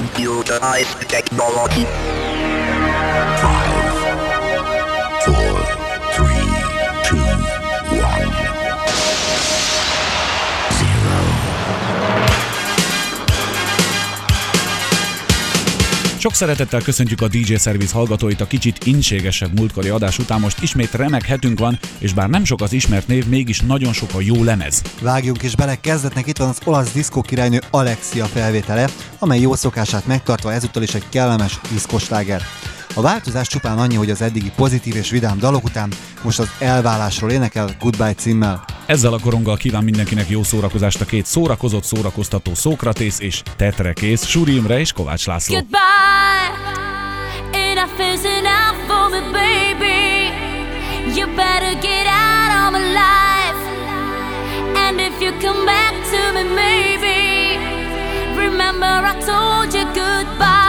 Computerized technology. 5, 4, 3, 2, 1, 0. Sok szeretettel köszöntjük a DJ Service hallgatóit a kicsit inségesebb múltkori adás után. Most ismét remek hetünk van, és bár nem sok az ismert név, mégis nagyon sok a jó lemez. Vágjunk is bele, kezdetnek itt van az olasz diszkó királynő Alexia felvétele, amely jó szokását megtartva ezúttal is egy kellemes diszkosláger. A változás csupán annyi, hogy az eddigi pozitív és vidám dalok után most az elválásról énekel Goodbye címmel. Ezzel a koronggal kíván mindenkinek jó szórakozást a két szórakozott, szórakoztató Szókratész és Tetrekész, Suri Imre és Kovács László. Goodbye, enough is enough for me, baby. You better get out of my life. And if you come back to me, maybe remember I told you goodbye.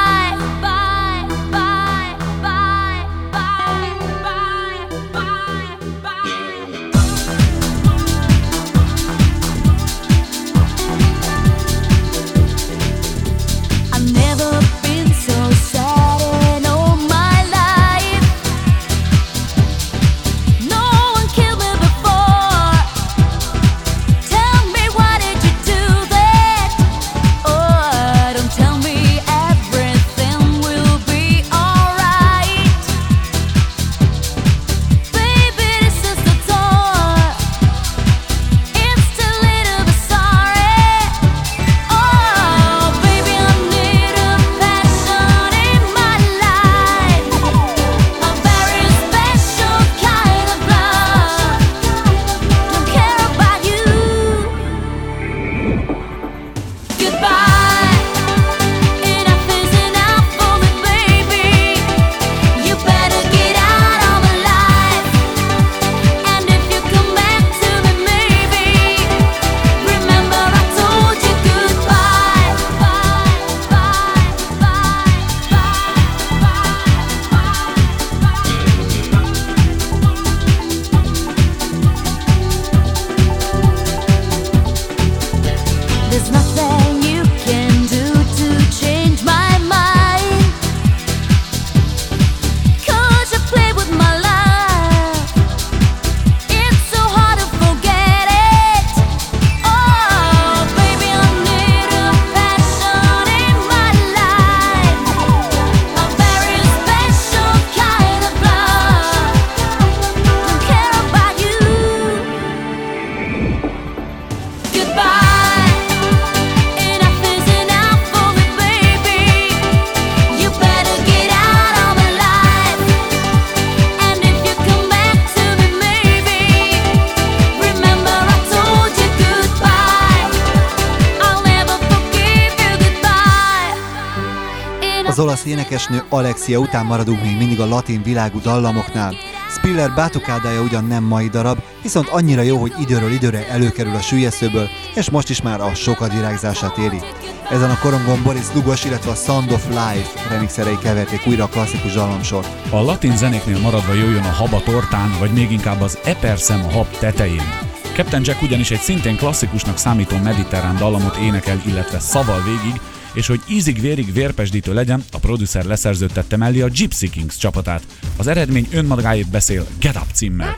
Az olasz énekesnő Alexia után maradunk még mindig a latin világú dallamoknál. Spiller Batucadája ugyan nem mai darab, viszont annyira jó, hogy időről időre előkerül a süllyesztőből, és most is már a sokat virágzását éli. Ezen a korongon Boris Lugos, illetve a Sound of Life remixerei keverték újra a klasszikus dallamsort. A latin zenéknél maradva jöjjön a hab a tortán, vagy még inkább az eperszem a hab tetején. Captain Jack ugyanis egy szintén klasszikusnak számító mediterrán dallamot énekel, illetve szaval végig, és hogy ízig-vérig vérpesdítő legyen, a producer leszerződtette mellé a Gypsy Kings csapatát. Az eredmény önmagáért beszél Get Up címmel.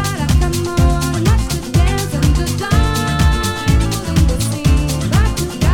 Come on, let's dance and just die.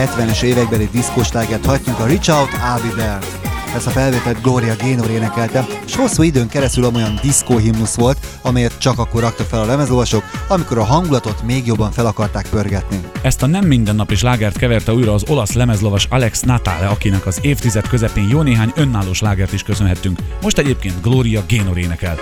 70-es évekbeli diszkóslágert hagyjunk, a Reach Out, I'll Be There. Ezt a felvételt Gloria Gaynor énekelte, és hosszú időn keresztül olyan diszkóhimnusz volt, amelyet csak akkor raktak fel a lemezolvasók, amikor a hangulatot még jobban fel akarták pörgetni. Ezt a nem mindennapi slágert keverte újra az olasz lemezlovas Alex Natale, akinek az évtized közepén jó néhány önálló slágert is köszönhettünk. Most egyébként Gloria Gaynor énekel.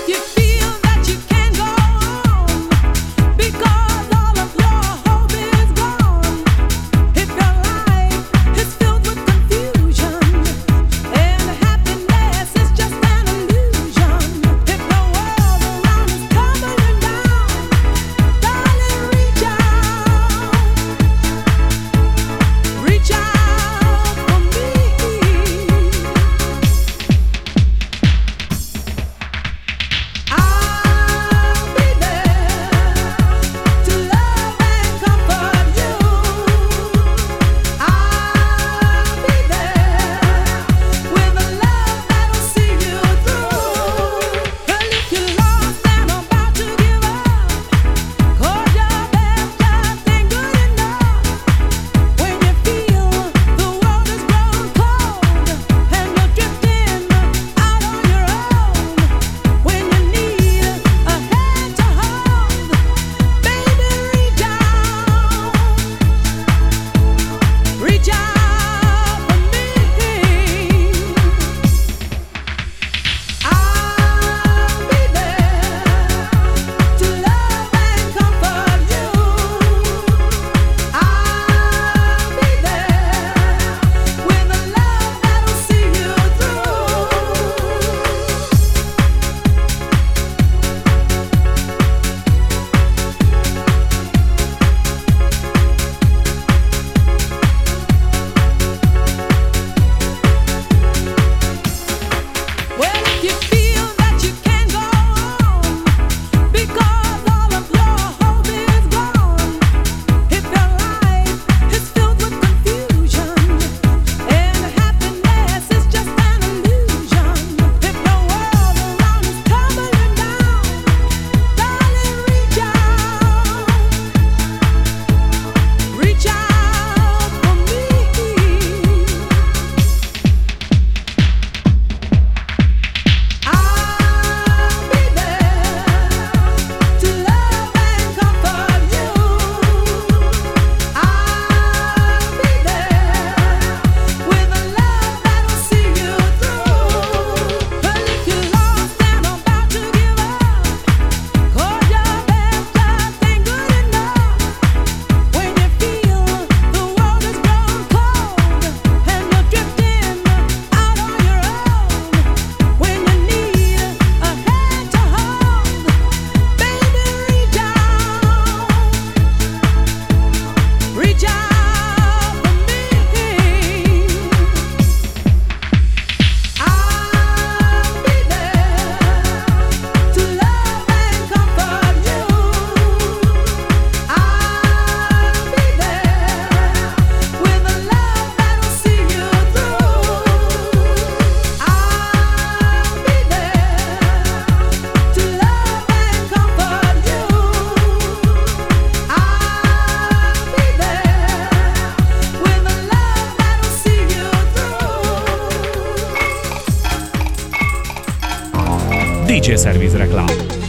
DJ Service reklám.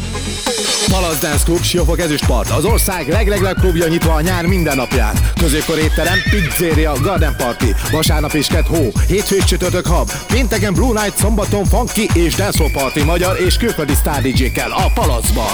Palace Dance Club, Siófok Ezüstpart. Az ország leglegebb klubja nyitva a nyár minden napján. Középkor étterem, pizzeria, garden party. Vasárnap és kedd hó, hétfő és csütörtök hub. Pénteken Blue Night, szombaton funky és dancehall party magyar és külföldi sztár DJ-kkel a Palacban.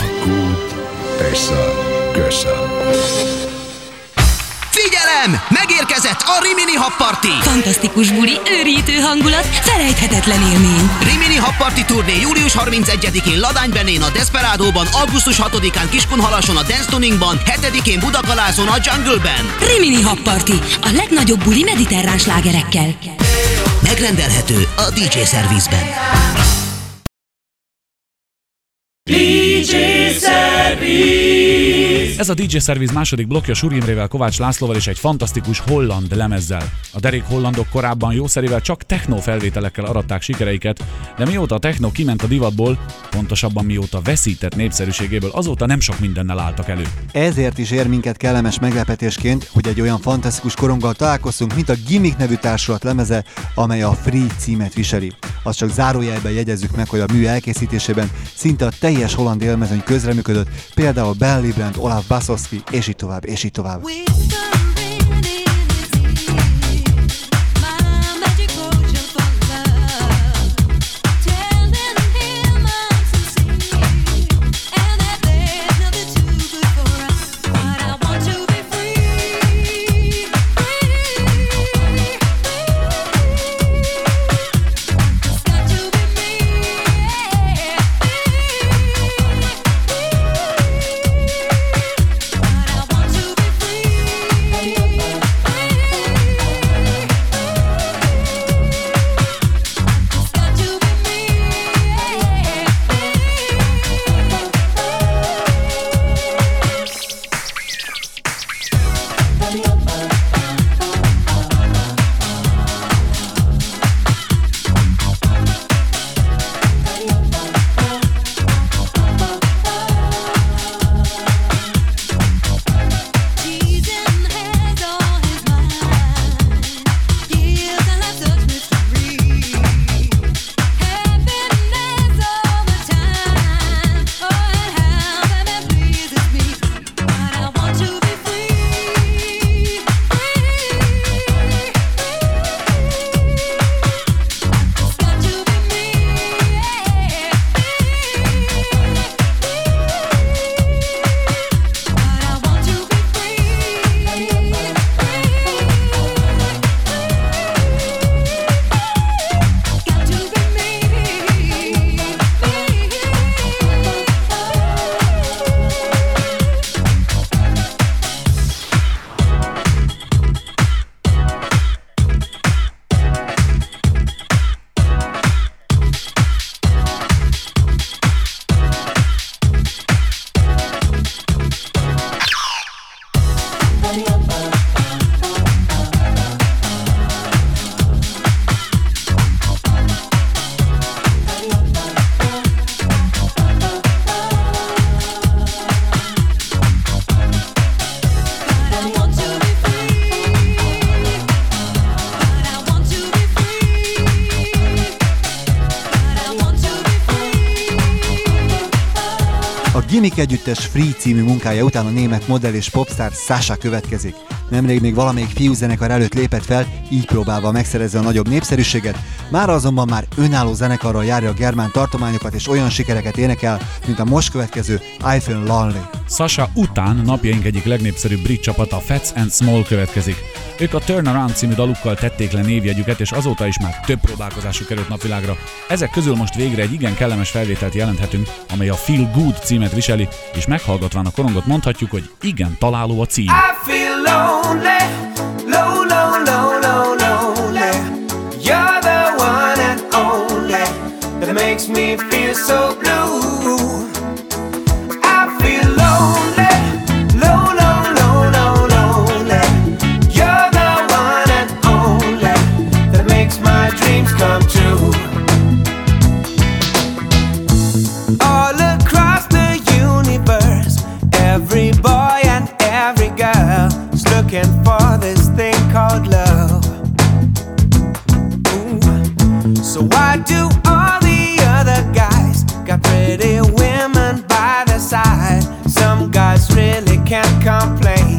Figyelem! Megérkezett a Rimini Hub Party! Fantasztikus buli, őrítő hangulat, felejthetetlen élmény. Rimini Hub Party turné július 31-én Ladánybenén a Desperádóban, augusztus 6-án Kiskunhalason a Dance Tuningban, 7-én Budakalászon a Jungle-ben. Rimini Hub Party, a legnagyobb buli mediterrán slágerekkel. Megrendelhető a DJ Service-ben. DJ Service. Ez a DJ Service második blokkja Suri Imrével, Kovács Lászlóval és egy fantasztikus holland lemezzel. A derék hollandok korábban jószerivel csak techno felvételekkel aratták sikereiket, de mióta a techno kiment a divatból, pontosabban mióta veszített népszerűségéből, azóta nem sok mindennel álltak elő. Ezért is ér minket kellemes meglepetésként, hogy egy olyan fantasztikus koronggal találkoztunk, mint a Gimmick nevű társulat lemeze, amely a Free címet viseli. Azt csak zárójelben jegyezzük meg, hogy a mű elkészítésében szinte a teljes holland élmezőny közreműködött, például Ben Librand, Olaf Basowski, és így tovább, és így tovább. Gimmick együttes Free című munkája után a német modell és popstar Sasha következik. Nemrég még valamelyik fiúzenekar előtt lépett fel, így próbálva megszerezni a nagyobb népszerűséget, mára azonban már önálló zenekarral járja a germán tartományokat és olyan sikereket énekel, mint a most következő I Feel Lonely. Sasha után napjaink egyik legnépszerűbb brit csapata, a Fats and Small következik. Ők a Turnaround című dalukkal tették le névjegyüket, és azóta is már több próbálkozásuk került napvilágra. Ezek közül most végre egy igen kellemes felvételt jelenthetünk, amely a Feel Good címet viseli, és meghallgatván a korongot mondhatjuk, hogy igen találó a cím. I feel lonely, low, low, low, low, lonely. You're the one and only that makes me feel so blue. I feel lonely, low, low, low, low, lonely. You're the one and only that makes my dreams come true. All across the universe, every boy and every girl is looking for this thing called love. Ooh. So why do all the other guys got pretty women by their side? Some guys really can't complain.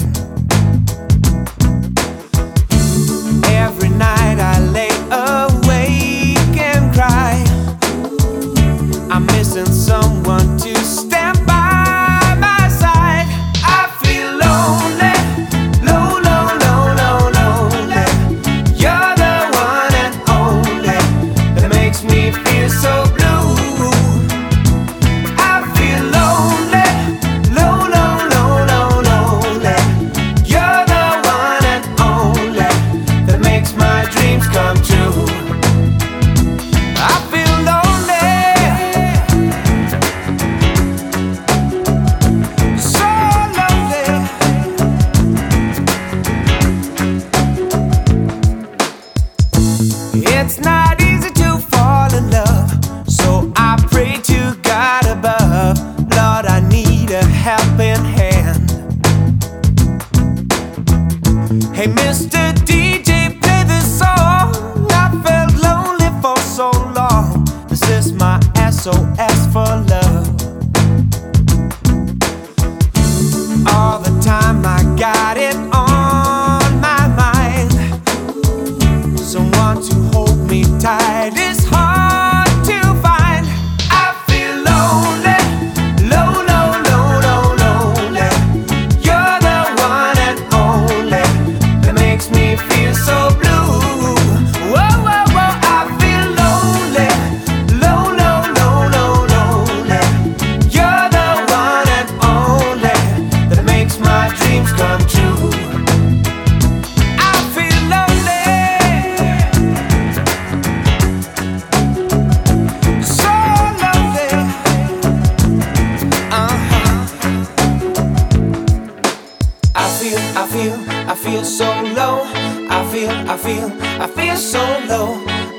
Every night I lay awake and cry. I'm missing someone to stand by my side. I feel lonely, low, low, low, low, lonely. You're the one and only that makes me feel so blue. I feel lonely, low, low, low, low, lonely. You're the one and only that makes my dreams come true. I feel lonely. so ask for love. All the time I got it on my mind. Someone to hold me tight is hard to find. I feel lonely, lonely. You're the one and only that makes me feel so blue. Whoa, I feel lonely, lonely. You're the one and only that makes my dreams come true. I feel lonely, so lonely. I feel so low. I feel so low.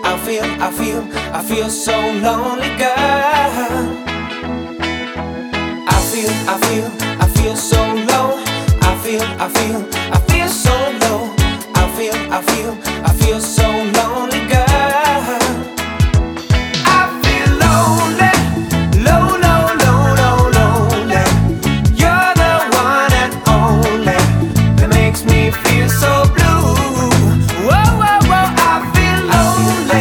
I feel so lonely, girl. I feel so low. I feel so low. I feel so lonely, girl. I feel lonely, lonely. You're the one and only that makes me feel so blue. Whoa, I feel lonely,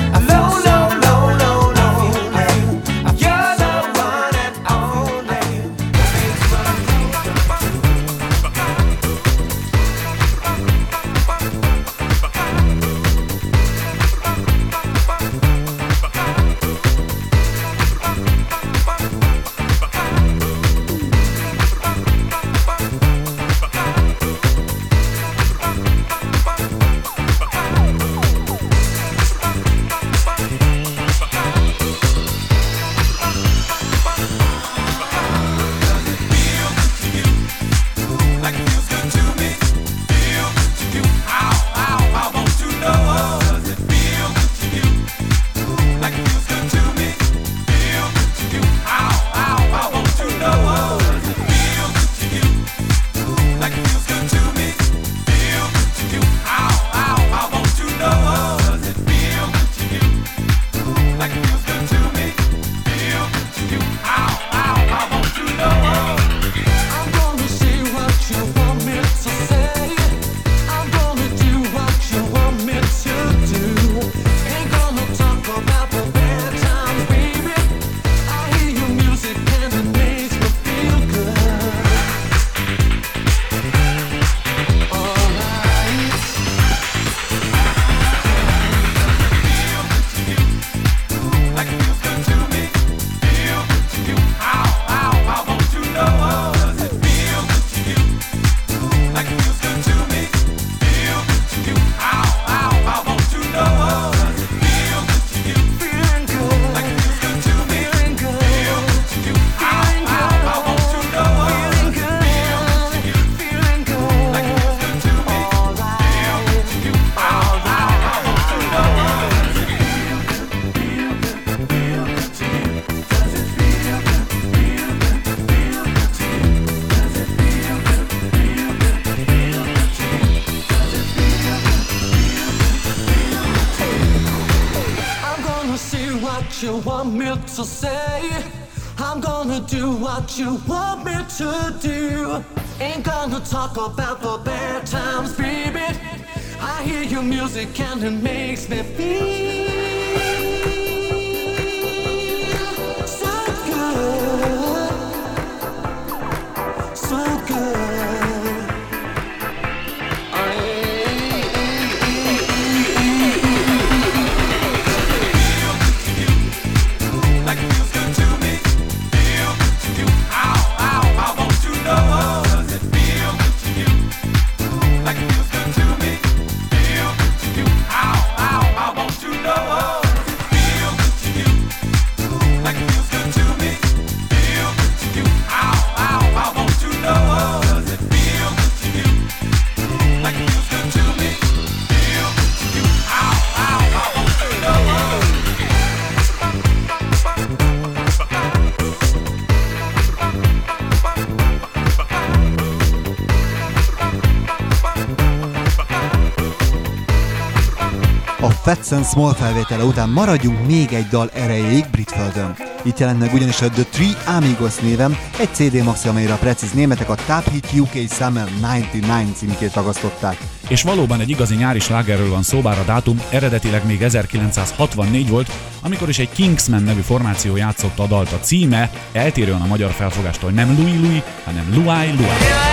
lonely. You're the one and only. You want me to say, I'm gonna do what you want me to do. Ain't gonna talk about the bad times, baby. I hear your music and it makes me feel so good, so good. Fats and Small felvétele után maradjunk még egy dal erejéig Britföldön. Itt jelent meg ugyanis a The Three Amigos néven egy CD maxi, amelyre a precíz németek a Top Hit UK Summer 99 címkét ragasztották. És valóban egy igazi nyári slágerről van szó, bár a dátum eredetileg még 1964 volt, amikor is egy Kingsman nevű formáció játszotta a dalt. A címe eltérően a magyar felfogástól nem Louis Louis, hanem Luai Luai.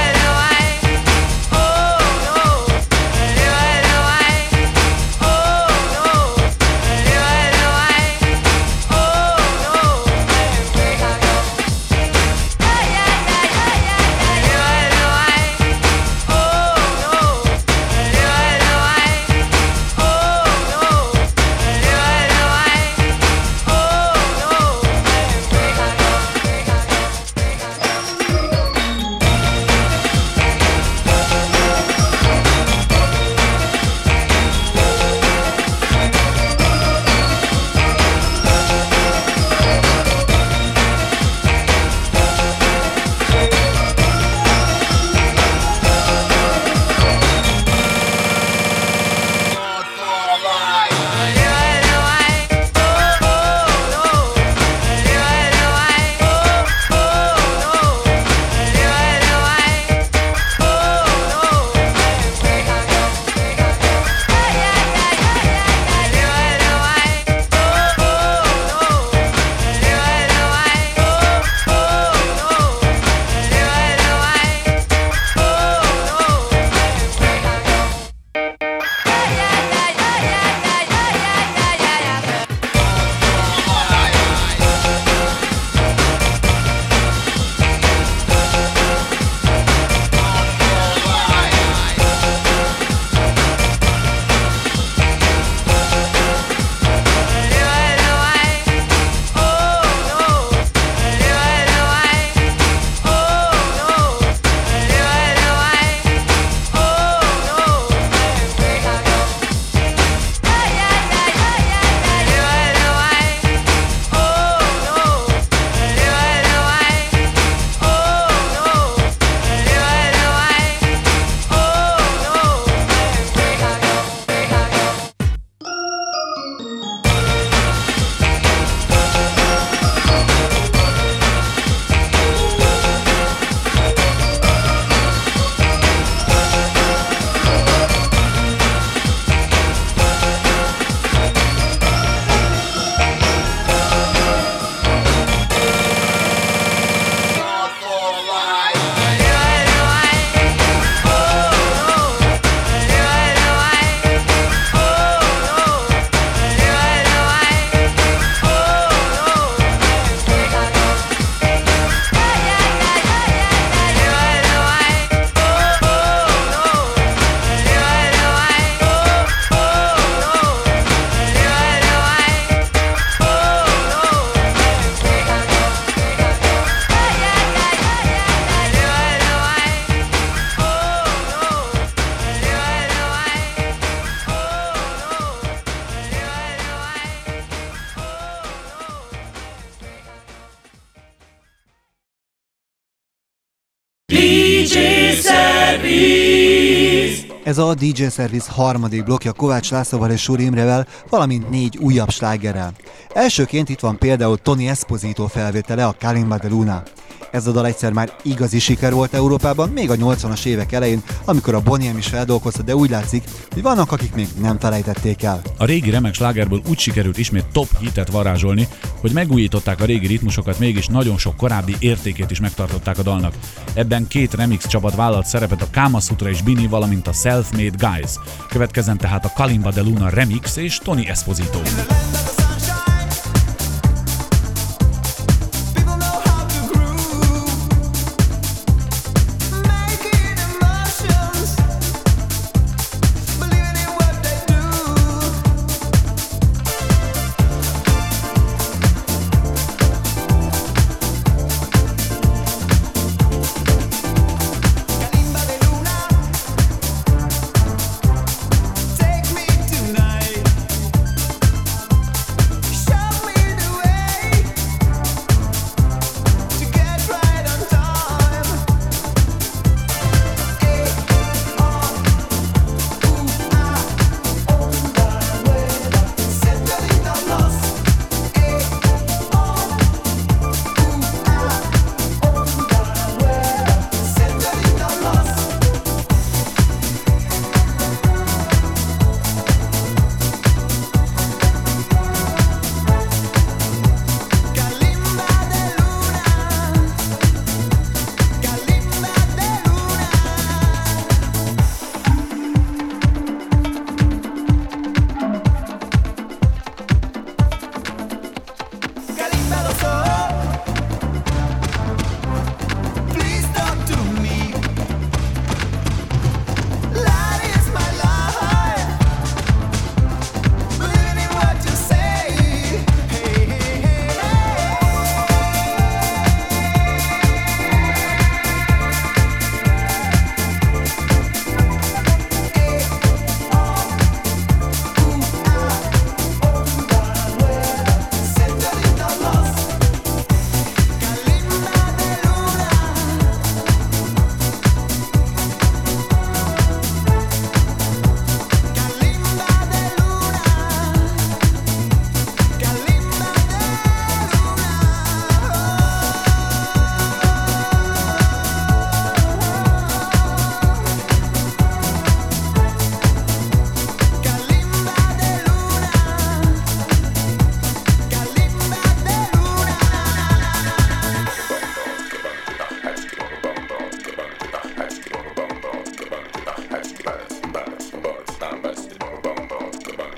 Ez a DJ Service harmadik blokja Kovács Lászlóval és Súri Imrével, valamint 4 újabb slágerrel. Elsőként itt van például Tony Esposito felvétele, a Kalimba de Luna. Ez a dal egyszer már igazi siker volt Európában, még a 80-as évek elején, amikor a Bonnie M is feldolgozta, de úgy látszik, hogy vannak, akik még nem felejtették el. A régi remek slágerből úgy sikerült ismét top hitet varázsolni, hogy megújították a régi ritmusokat, mégis nagyon sok korábbi értékét is megtartották a dalnak. Ebben 2 remix csapat vállalt szerepet, a Kama Sutra és Bini, valamint a Self-Made Guys. Következzen tehát a Kalimba de Luna remix és Tony Esposito.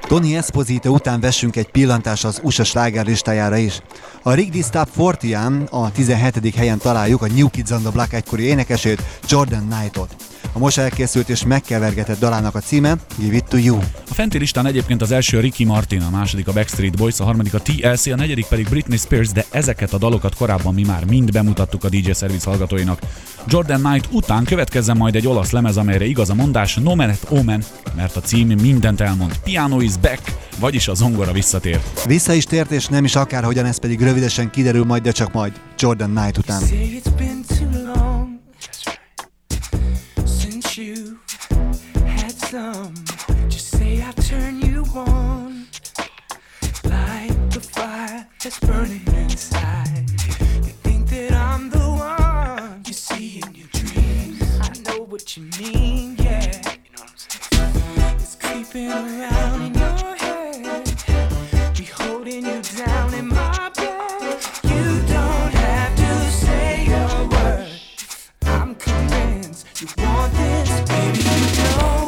Tony Esposito után vessünk egy pillantást az USA sláger listájára is. A Rigby Stop 40-án a 17. helyen találjuk a New Kids on the Block egykori énekesét, Jordan Knightot. A most elkészült és megkevergetett dalának a címe Give It To You. A fenti listán egyébként az első Ricky Martin, a második a Backstreet Boys, a harmadik a TLC, a negyedik pedig Britney Spears, de ezeket a dalokat korábban mi már mind bemutattuk a DJ Service hallgatóinak. Jordan Knight után következzen majd egy olasz lemez, amelyre igaz a mondás No Man at Omen, mert a cím mindent elmond. Piano is back, vagyis a zongora visszatér. Vissza is tért, és nem is akárhogyan, ez pedig rövidesen kiderül majd, de csak majd Jordan Knight után. Some, just say I turn you on, like the fire that's burning inside. You think that I'm the one you see in your dreams. I know what you mean, yeah. You know what I'm saying? It's creeping around in your head, be holding you down in my bed. You don't have to say a word. I'm convinced you want this, baby. You know.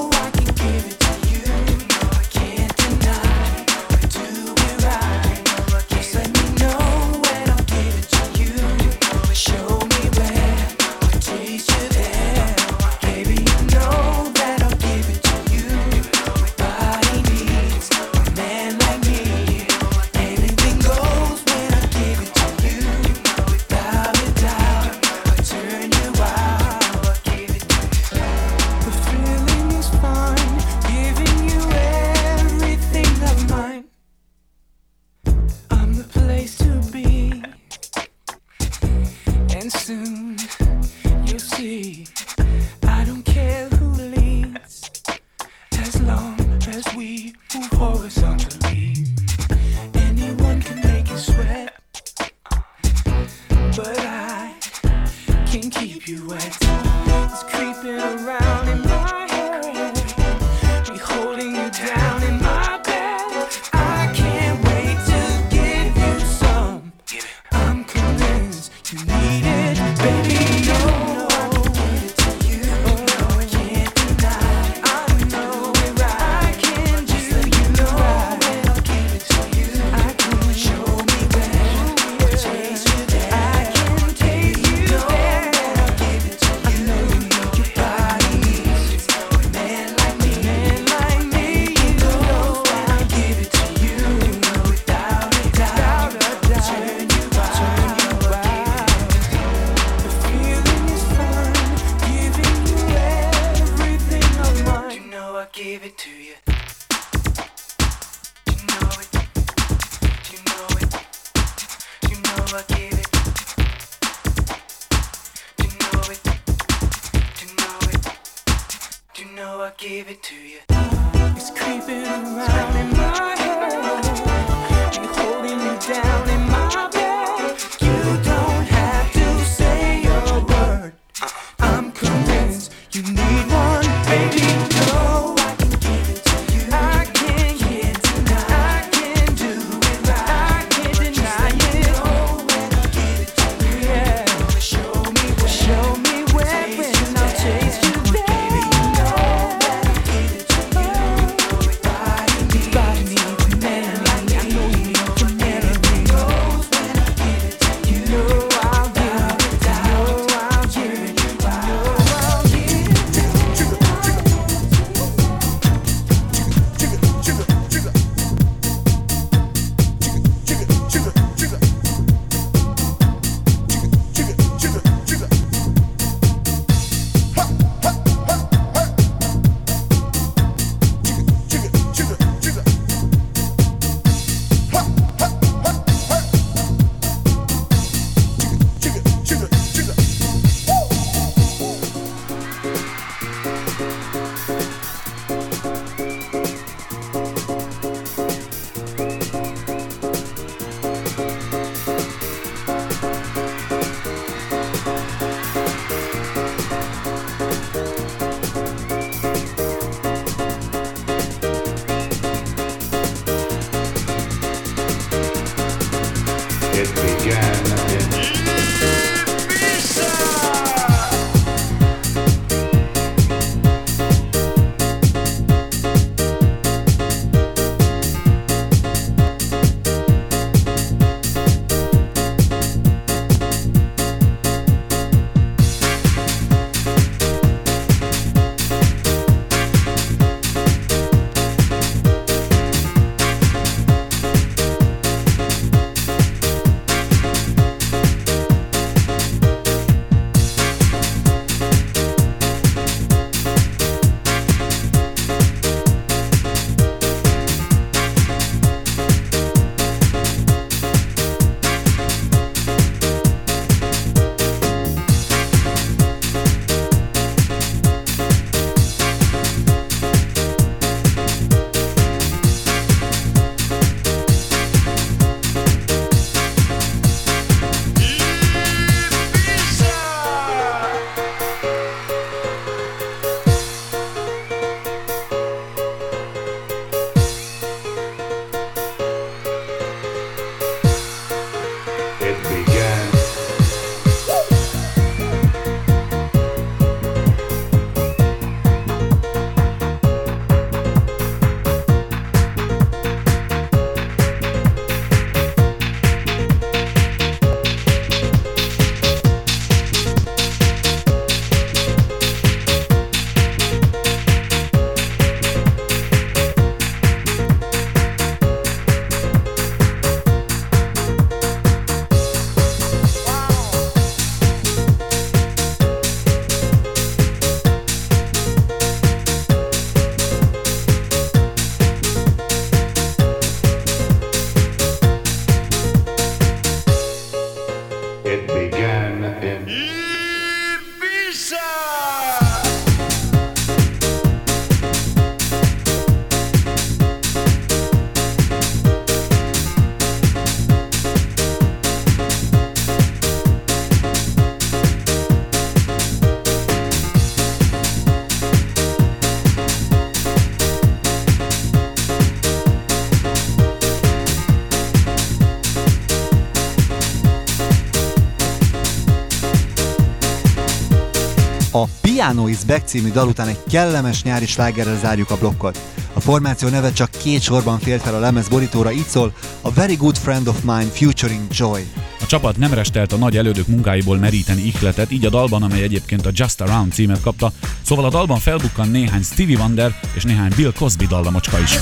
Piano is Back című dal után egy kellemes nyári slágerrel zárjuk a blokkot. A formáció neve csak 2 sorban félt fel a lemez borítóra, így szól a Very Good Friend of Mine featuring Joy. A csapat nem restelt a nagy elődök munkáiból meríteni ihletet, így a dalban, amely egyébként a Just Around címet kapta, szóval a dalban felbukkan néhány Stevie Wonder és néhány Bill Cosby dallamocska is.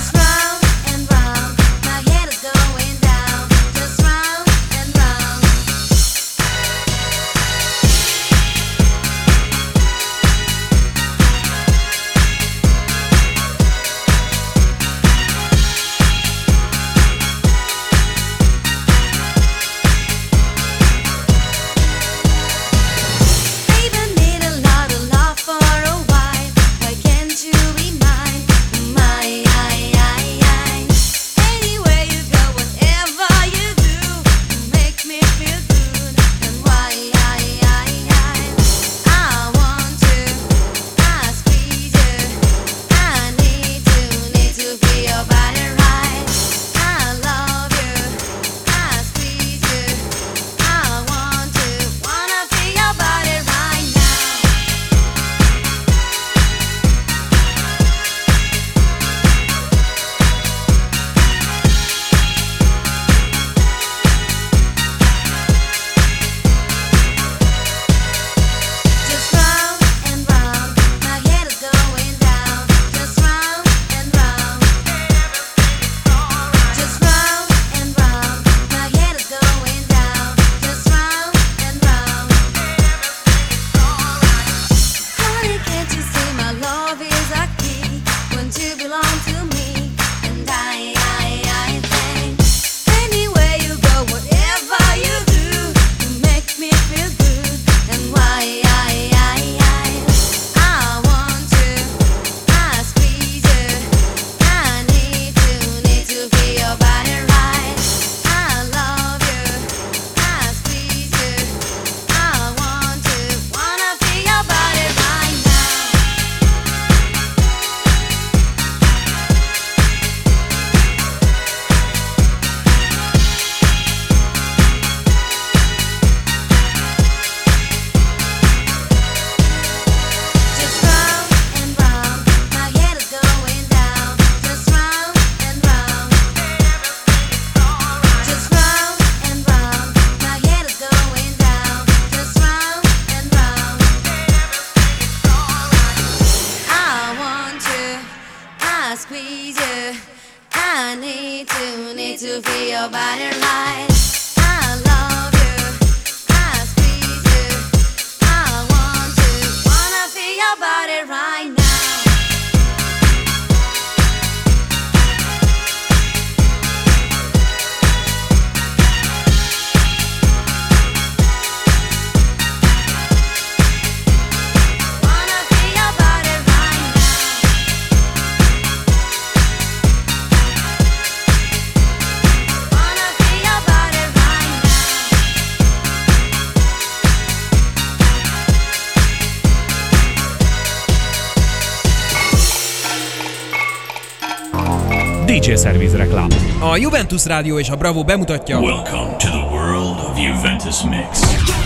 DJ Service reklám. A Juventus Rádió és a Bravo bemutatja... Welcome to the world of Juventus Mix.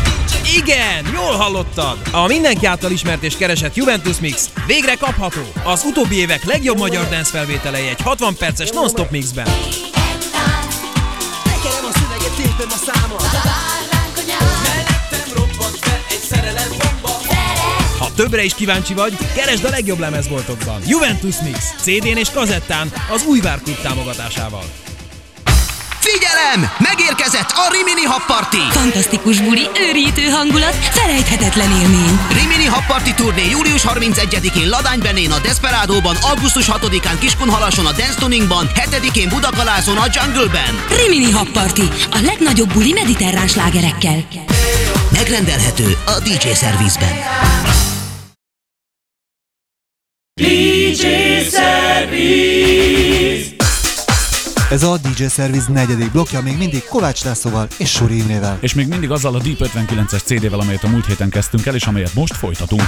Igen, jól hallottad! A mindenki által ismert és keresett Juventus Mix végre kapható. Az utóbbi évek legjobb magyar dance felvételei egy 60 perces non-stop mixben. Tekerem a szöveget, tépem a számot. Mellettem robbant fel egy szerelem bomba. Ha többre is kíváncsi vagy, keresd a legjobb lemezboltokban. Juventus Mix, CD-n és kazettán az Újvár Klub támogatásával. Figyelem! Megérkezett a Rimini Hub Party! Fantasztikus buli, őrítő hangulat, felejthetetlen élmény. Rimini Hub Party turné július 31-én Ladánybenén a Desperádóban, augusztus 6-án Kiskunhalason a Dance Tuningban, 7-én Budakalászon a Jungle-ben. Rimini Hub Party, a legnagyobb buli mediterrán slágerekkel. Megrendelhető a DJ Service-ben. DJ Service. Ez a DJ Service 4. blokkja, még mindig Kovács Lászlóval és Suri Imrével. És még mindig azzal a Deep 59-es CD-vel, amelyet a múlt héten kezdtünk el, és amelyet most folytatunk.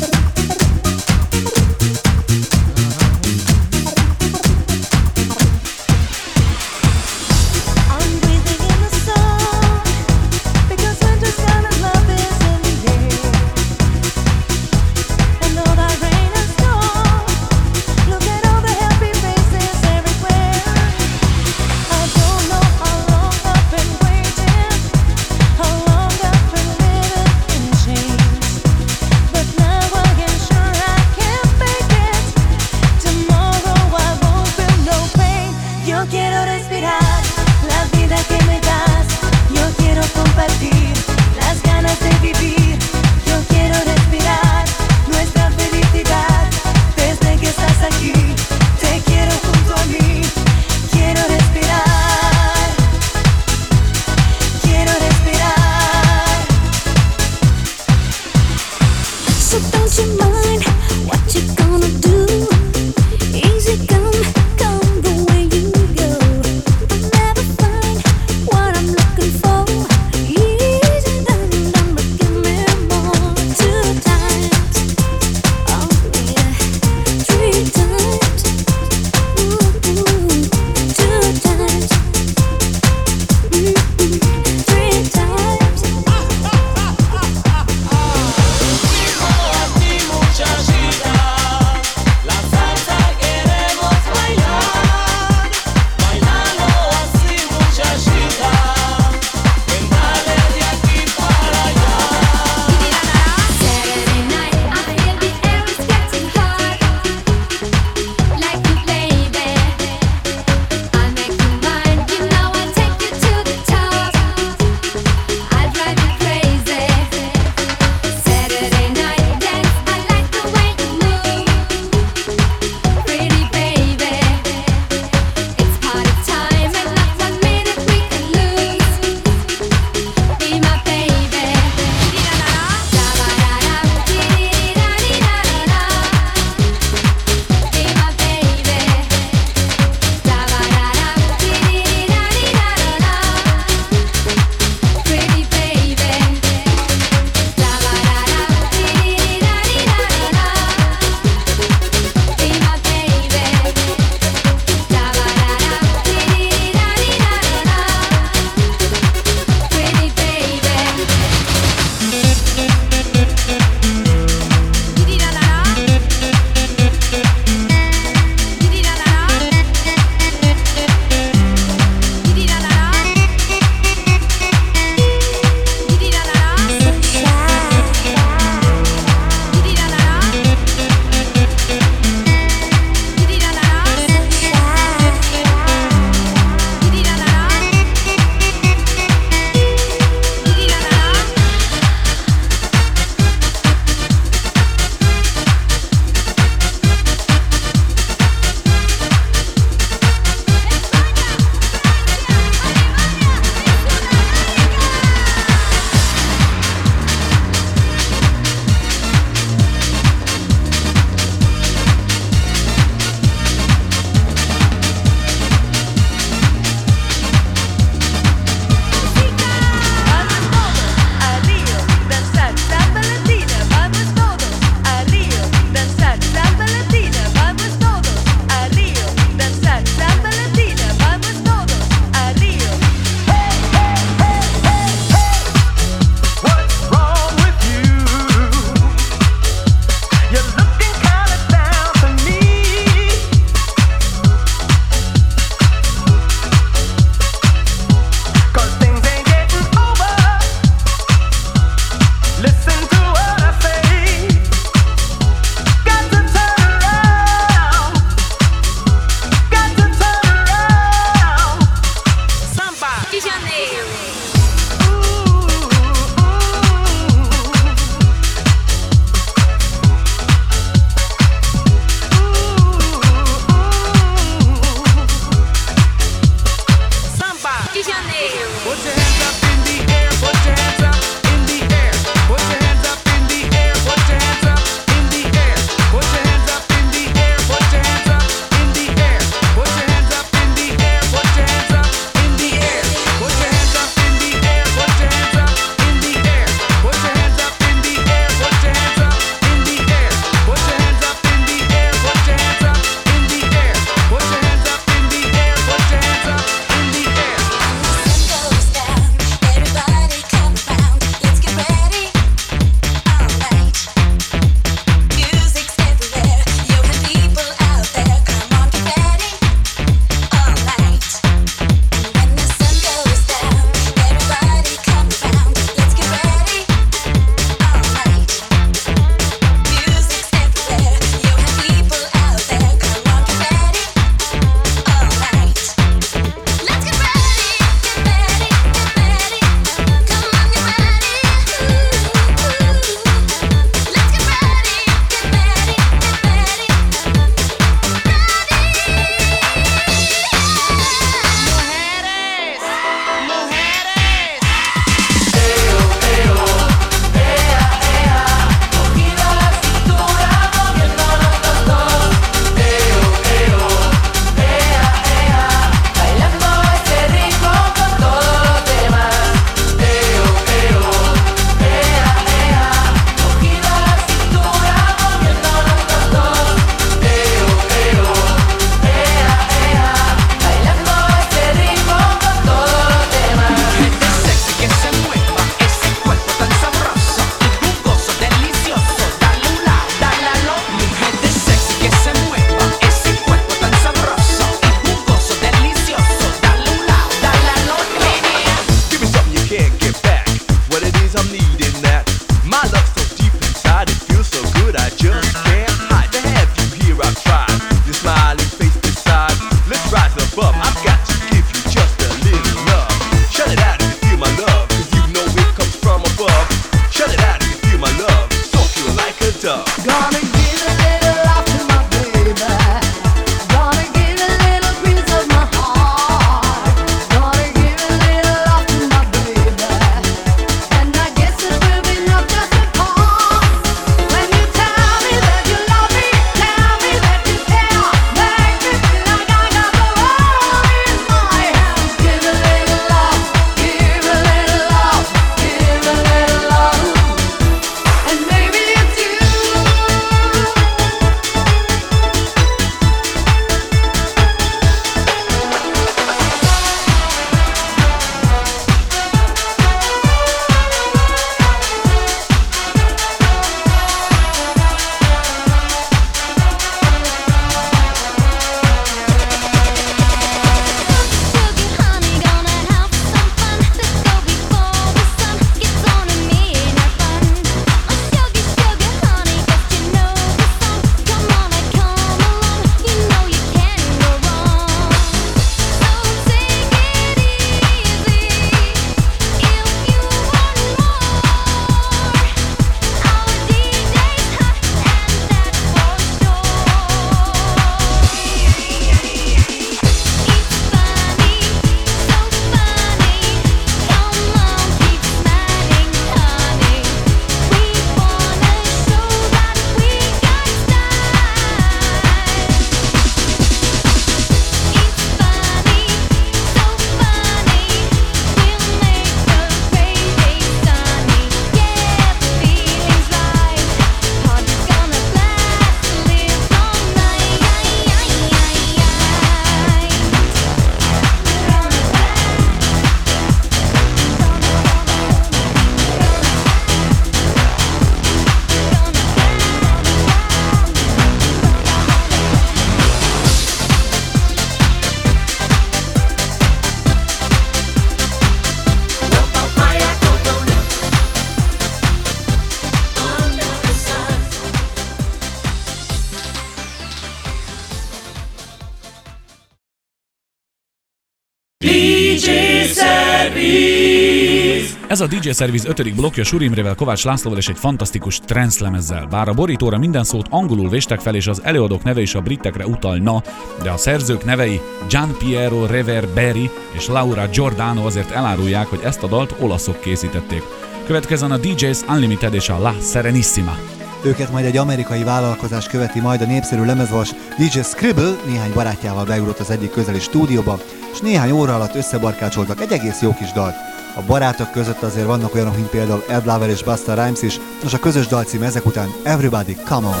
Ez a DJ Service 5. blokkja Suri Imrével, Kovács Lászlóval és egy fantasztikus trance lemezzel. Bár a borítóra minden szót angolul véstek fel, és az előadók neve is a britekre utalna, de a szerzők nevei Gian Piero Reverberi és Laura Giordano azért elárulják, hogy ezt a dalt olaszok készítették. Következzen a DJs Unlimited és a La Serenissima. Őket majd egy amerikai vállalkozás követi, majd a népszerű lemezvas DJ Scribble néhány barátjával beugrott az egyik közeli stúdióba, és néhány óra alatt összebarkácsoltak egy egész jó kis dalt. A barátok között azért vannak olyanok, mint például Ed Lover és Busta Rhymes is, és a közös dalcím ezek után Everybody Come On!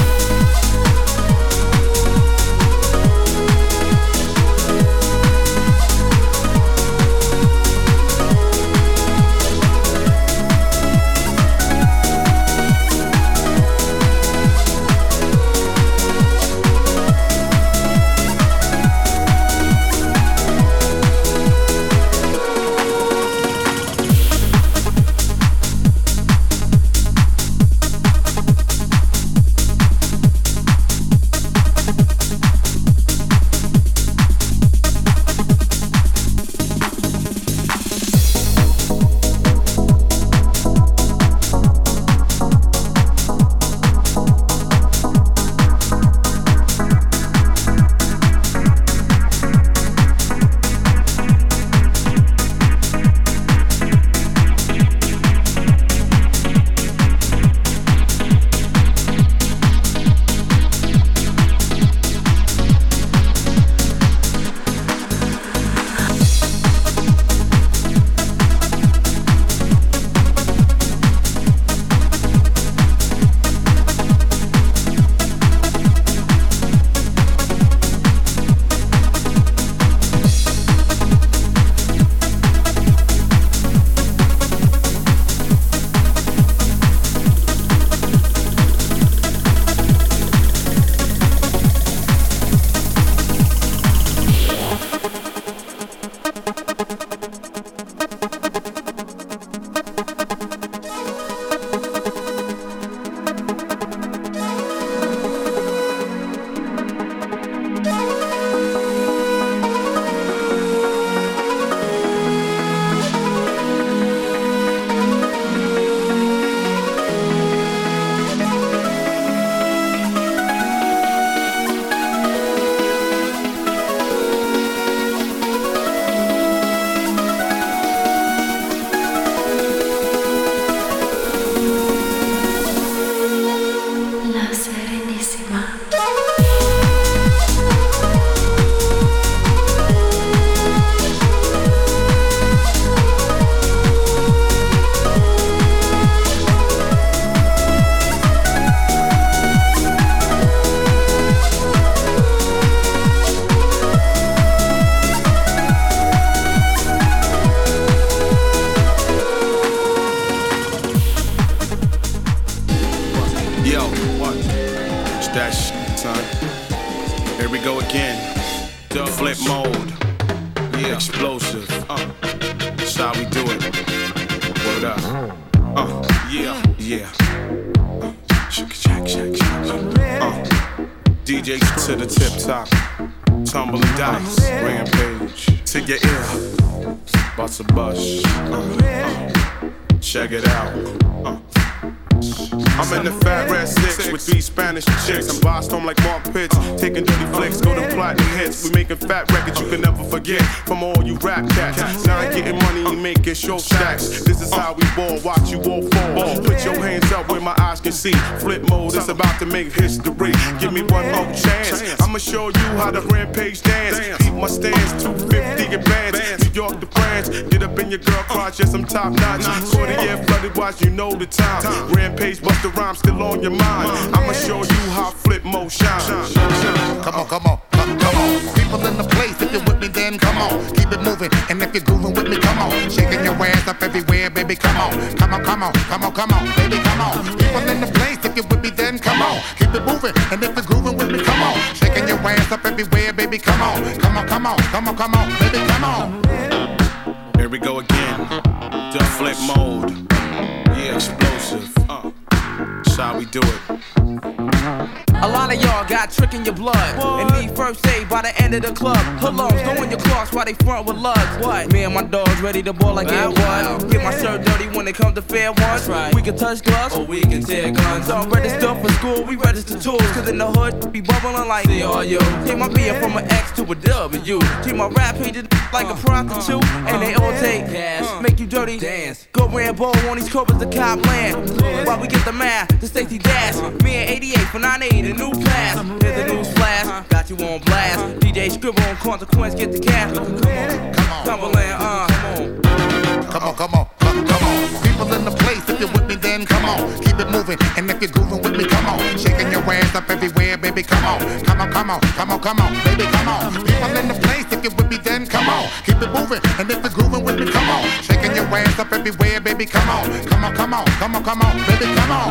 DJs to the tip top, tumbling dice, rampage to your ear, bust a bus, check it out. I'm in the Fat Red 6 with 3 Spanish chicks. I'm bossed home like Mark Pitts, taking dirty flicks, go to platinum hits. We making fat records you can never forget from all you rap cats. Now I'm getting money and making show stacks. This is how we ball, watch you all fall. Put your hands up where my eyes can see. Flip mode, it's about to make history. Give me one more chance, I'ma show you how the rampage dance. Keep my stance, 250 advance. New York to France, get up in your girl crotch, yes I'm top notch. Cartier flooded watch, you know the time. Rampage, bust the rhyme still on your mind. I'ma show you how flip mode shine. Come on, come on, come on. People in the place, if you're with me, then come on. Keep it moving, and if you're grooving with me, come on. Shaking your ass up everywhere, baby, come on. Come on, come on, come on, come on, baby, come on. People in the place, if you're with me, then come on. Keep it moving, and if you're grooving with me, come on. Shaking your ass up everywhere, baby, come on. Come on, come on, come on, come on, baby, come on. Here we go again. The flip mode. Yeah, explosive. That's how we do it. A lot of y'all got trick in your blood and need first aid by the end of the club. Hoodlums throwing your clocks while they front with lugs. What? Me and my dogs ready to ball like it what? Get my shirt dirty when it comes to fair ones. Right. We can touch gloves or we can tear guns. All register for school, we register tools. Cause in the hood, be bubbling like CRU. Take my beer from an X to a W. Treat my rap pages like a prostitute. And they all take gas, make you dirty dance. Go Rambo on these covers the cop land. While we get the math, the safety dash. Me and 88 for 98, a new class. Here's the news flash, got you on blast. DJ Scribble on Consequence, get the cash. Come on, Cumberland, Come on, come on, come on. People in the place, if you're with me, then come on. Keep it moving, and if you're grooving with me, come on. Shaking your ass up everywhere, baby, come on. Come on, come on, come on, come on, baby, come on. People in the place, if you're with me, then come on. Keep it moving, and if you're grooving with me, come on. Shaking your ass up everywhere, baby, come on. Come on, come on, come on, come on, baby, come on.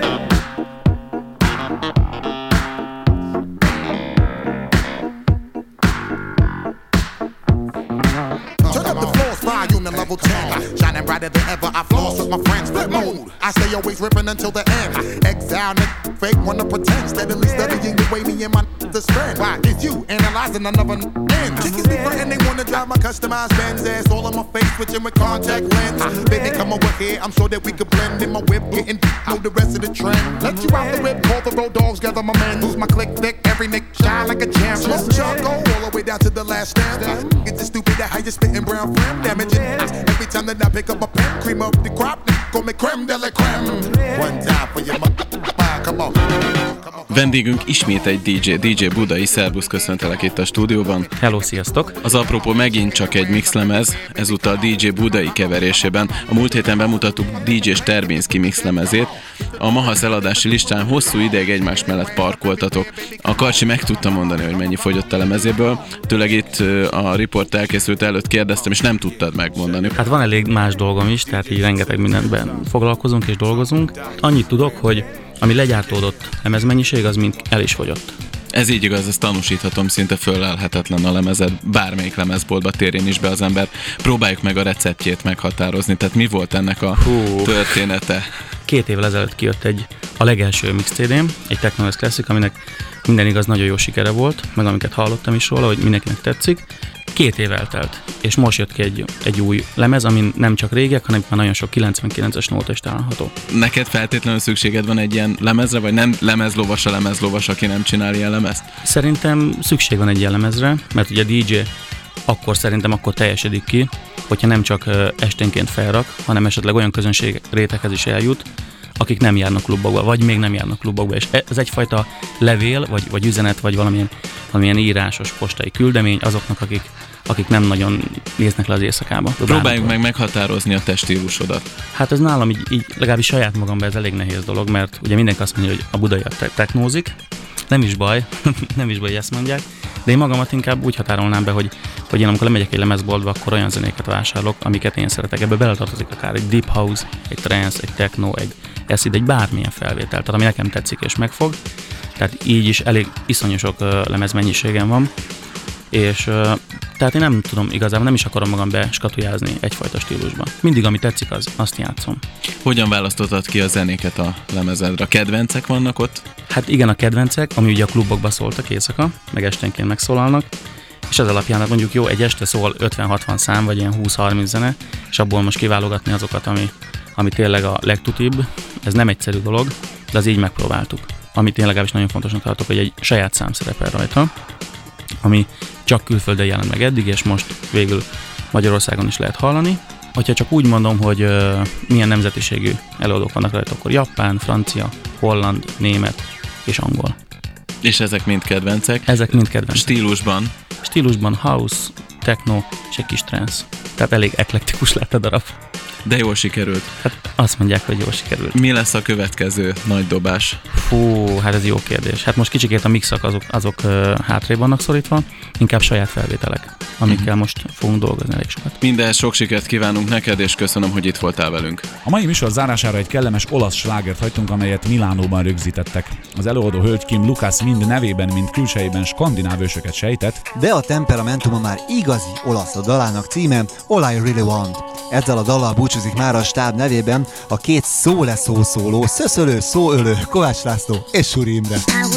Turn up the floor, volume and level 10. Shining brighter than ever, I floss with my friends. Flip mode, I stay always ripping until the end. Exile, nigga, fake, wanna pretend. Steadily studying the way me and my to spend. Why? It's you analyzing another end. Chickies be frontin', they wanna drive my customized Benz. Ass all on my face, switching with contact lens. Baby, come over here, I'm sure that we could blend in my whip, getting know the rest of the trend. Let you out the whip, call the road dogs, gather my men. Lose my click thick, every nick shine like a champ. Smoke charcoal all the way down to the last stand. Get this stupid that how you spittin' brown frame, damaging every time that I pick up a pen. Cream up the crop, go make creme de la creme. One time for your come on. Vendégünk ismét egy DJ Budai, szervusz, köszöntelek itt a stúdióban. Hello, sziasztok! Az apropó megint csak egy mixlemez, ezúttal DJ Budai keverésében. A múlt héten bemutattuk DJ Sterbinski mixlemezét. A Mahasz eladási listán hosszú ideig egymás mellett parkoltatok. A Karcsi meg tudta mondani, hogy mennyi fogyott a lemezéből. Tőleg itt a riport elkészült előtt kérdeztem, és nem tudtad megmondani. Hát van elég más dolgom is, tehát így rengeteg mindenben foglalkozunk és dolgozunk. Annyit tudok, hogy ami legyártódott lemezmennyiség, az mind el is fogyott. Ez így igaz, ezt tanúsíthatom, szinte föllelhetetlen a lemezed. Bármelyik lemezboltba térjen is be az ember. Próbáljuk meg a receptjét meghatározni. Tehát mi volt ennek a története? 2 évvel ezelőtt kijött a legelső mix CD-m, egy Techno Classic, aminek minden igaz nagyon jó sikere volt, meg amiket hallottam is róla, hogy mindenkinek tetszik. 2 év eltelt, és most jött ki egy új lemez, amin nem csak régiek, hanem már nagyon sok 99-es nóta is található. Neked feltétlenül szükséged van egy ilyen lemezre, vagy nem lemezlovas, aki nem csinál ilyen lemezt? Szerintem szükség van egy ilyen lemezre, mert ugye a DJ akkor teljesedik ki, hogyha nem csak esténként felrak, hanem esetleg olyan közönség réteghez is eljut, akik nem járnak klubokba, vagy még nem járnak klubokba, és ez egyfajta levél, vagy üzenet, vagy valamilyen írásos postai küldemény azoknak, akik nem nagyon néznek le az éjszakába. Próbáljunk meg meghatározni a te stílusodat. Hát ez nálam így legalábbis saját magamban ez elég nehéz dolog, mert ugye mindenki azt mondja, hogy a Budai technózik. Nem is baj, hogy ezt mondják, de én magamat inkább úgy határolnám be, hogy én amikor lemegyek egy lemezboltba, akkor olyan zenéket vásárolok, amiket én szeretek. Ebbe beletartozik akár egy deep house, egy trance, egy techno, egy acid, egy bármilyen felvétel, tehát ami nekem tetszik és megfog. Tehát így is elég iszonyú sok lemezmennyiségem van, és tehát én nem tudom, igazából nem is akarom magam beskatujázni egyfajta stílusba. Mindig, ami tetszik, azt játszom. Hogyan választottad ki a zenéket a lemezedre? Kedvencek vannak ott? Hát igen, a kedvencek, ami ugye a klubokba szóltak éjszaka, meg esténként megszólalnak, és ez alapján mondjuk jó, egy este szól 50-60 szám, vagy ilyen 20-30 zene, és abból most kiválogatni azokat, ami tényleg a legtutibb. Ez nem egyszerű dolog, de az így megpróbáltuk. Amit én legalábbis nagyon fontosnak tartok, hogy egy saját szám szerepel rajta, ami csak külföldön jelent meg eddig, és most végül Magyarországon is lehet hallani. Hogyha csak úgy mondom, hogy milyen nemzetiségű előadók vannak rajta, akkor japán, francia, holland, német és angol. És ezek mind kedvencek? Ezek mind kedvencek. Stílusban? Stílusban house, techno és egy kis trance. Tehát elég eklektikus lett a darab. De jól sikerült. Hát azt mondják, hogy jól sikerült. Mi lesz a következő nagy dobás? Hát ez jó kérdés. Hát most kicsikét a mixak azok hátrébb vannak szorítva, inkább saját felvételek, amikkel most fogunk dolgozni elég sokat. Mindenhez sok sikert kívánunk neked, és köszönöm, hogy itt voltál velünk. A mai műsor zárására egy kellemes olasz slágert hagytunk, amelyet Milánóban rögzítettek. Az előadó hölgy Kim Lucas mind nevében, mind külsejében skandináv ősöket sejtett, de a temperamentuma már igazi olasz. A dalának címe All I Really Want. Ezzel a dallal búcsúzik már a stáb nevében a két szóló, szöszölő, szóölő, Kovács László és Suri Imre.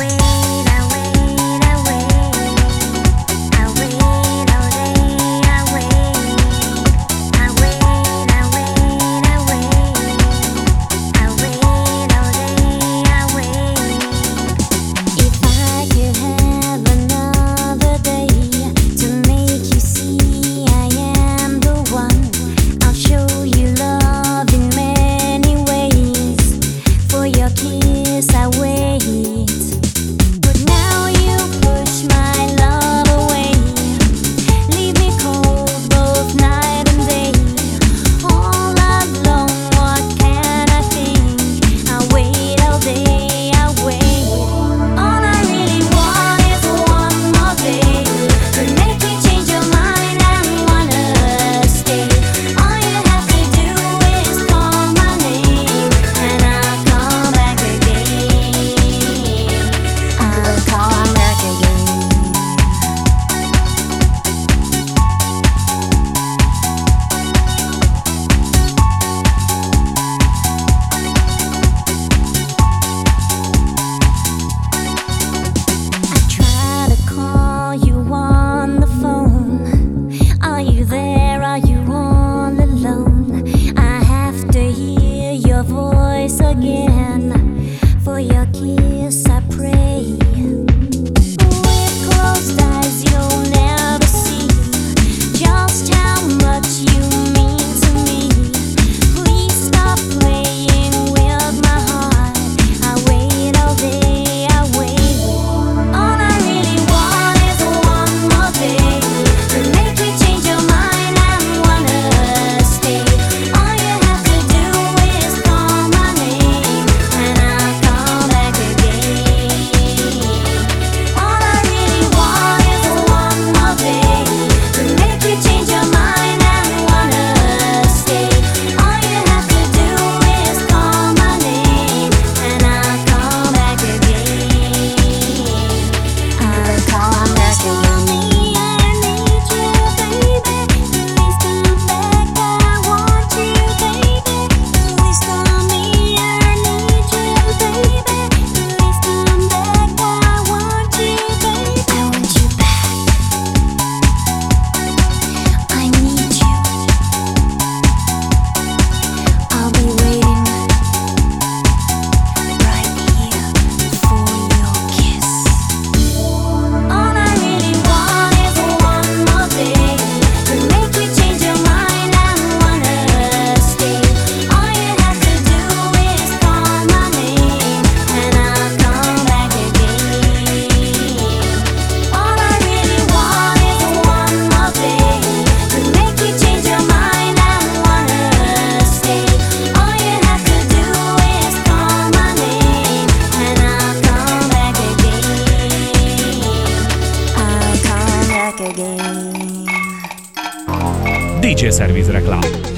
DJ Service reklám.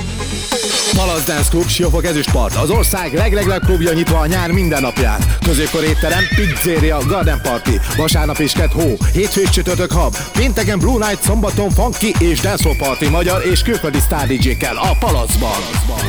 Palace Dance Club, Siófok Ezüstpart. Az ország leglegebb klubja nyitva a nyár minden napján. Középkor étterem, pizzeria, garden party. Vasárnap és kedd hó, hétfő és csütörtök hub. Pénteken Blue Night, szombaton funky és dancehall party magyar és külföldi sztár DJ-kkel a Palacban.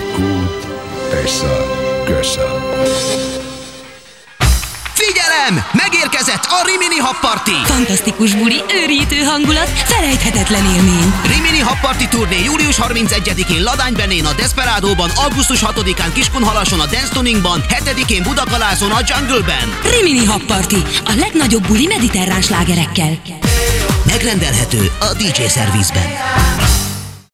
Figyelem! Megérkezett a Rimini Hub Party! Fantasztikus buli, őrítő hangulat, felejthetetlen élmény. Rimini Hub Party turné július 31-én Ladánybenén a Desperádóban, augusztus 6-án Kiskunhalason a Dance Tuningban, 7-én Budakalászon a Jungle-ben. Rimini Hub Party, a legnagyobb buli mediterrán slágerekkel. Megrendelhető a DJ Service-ben.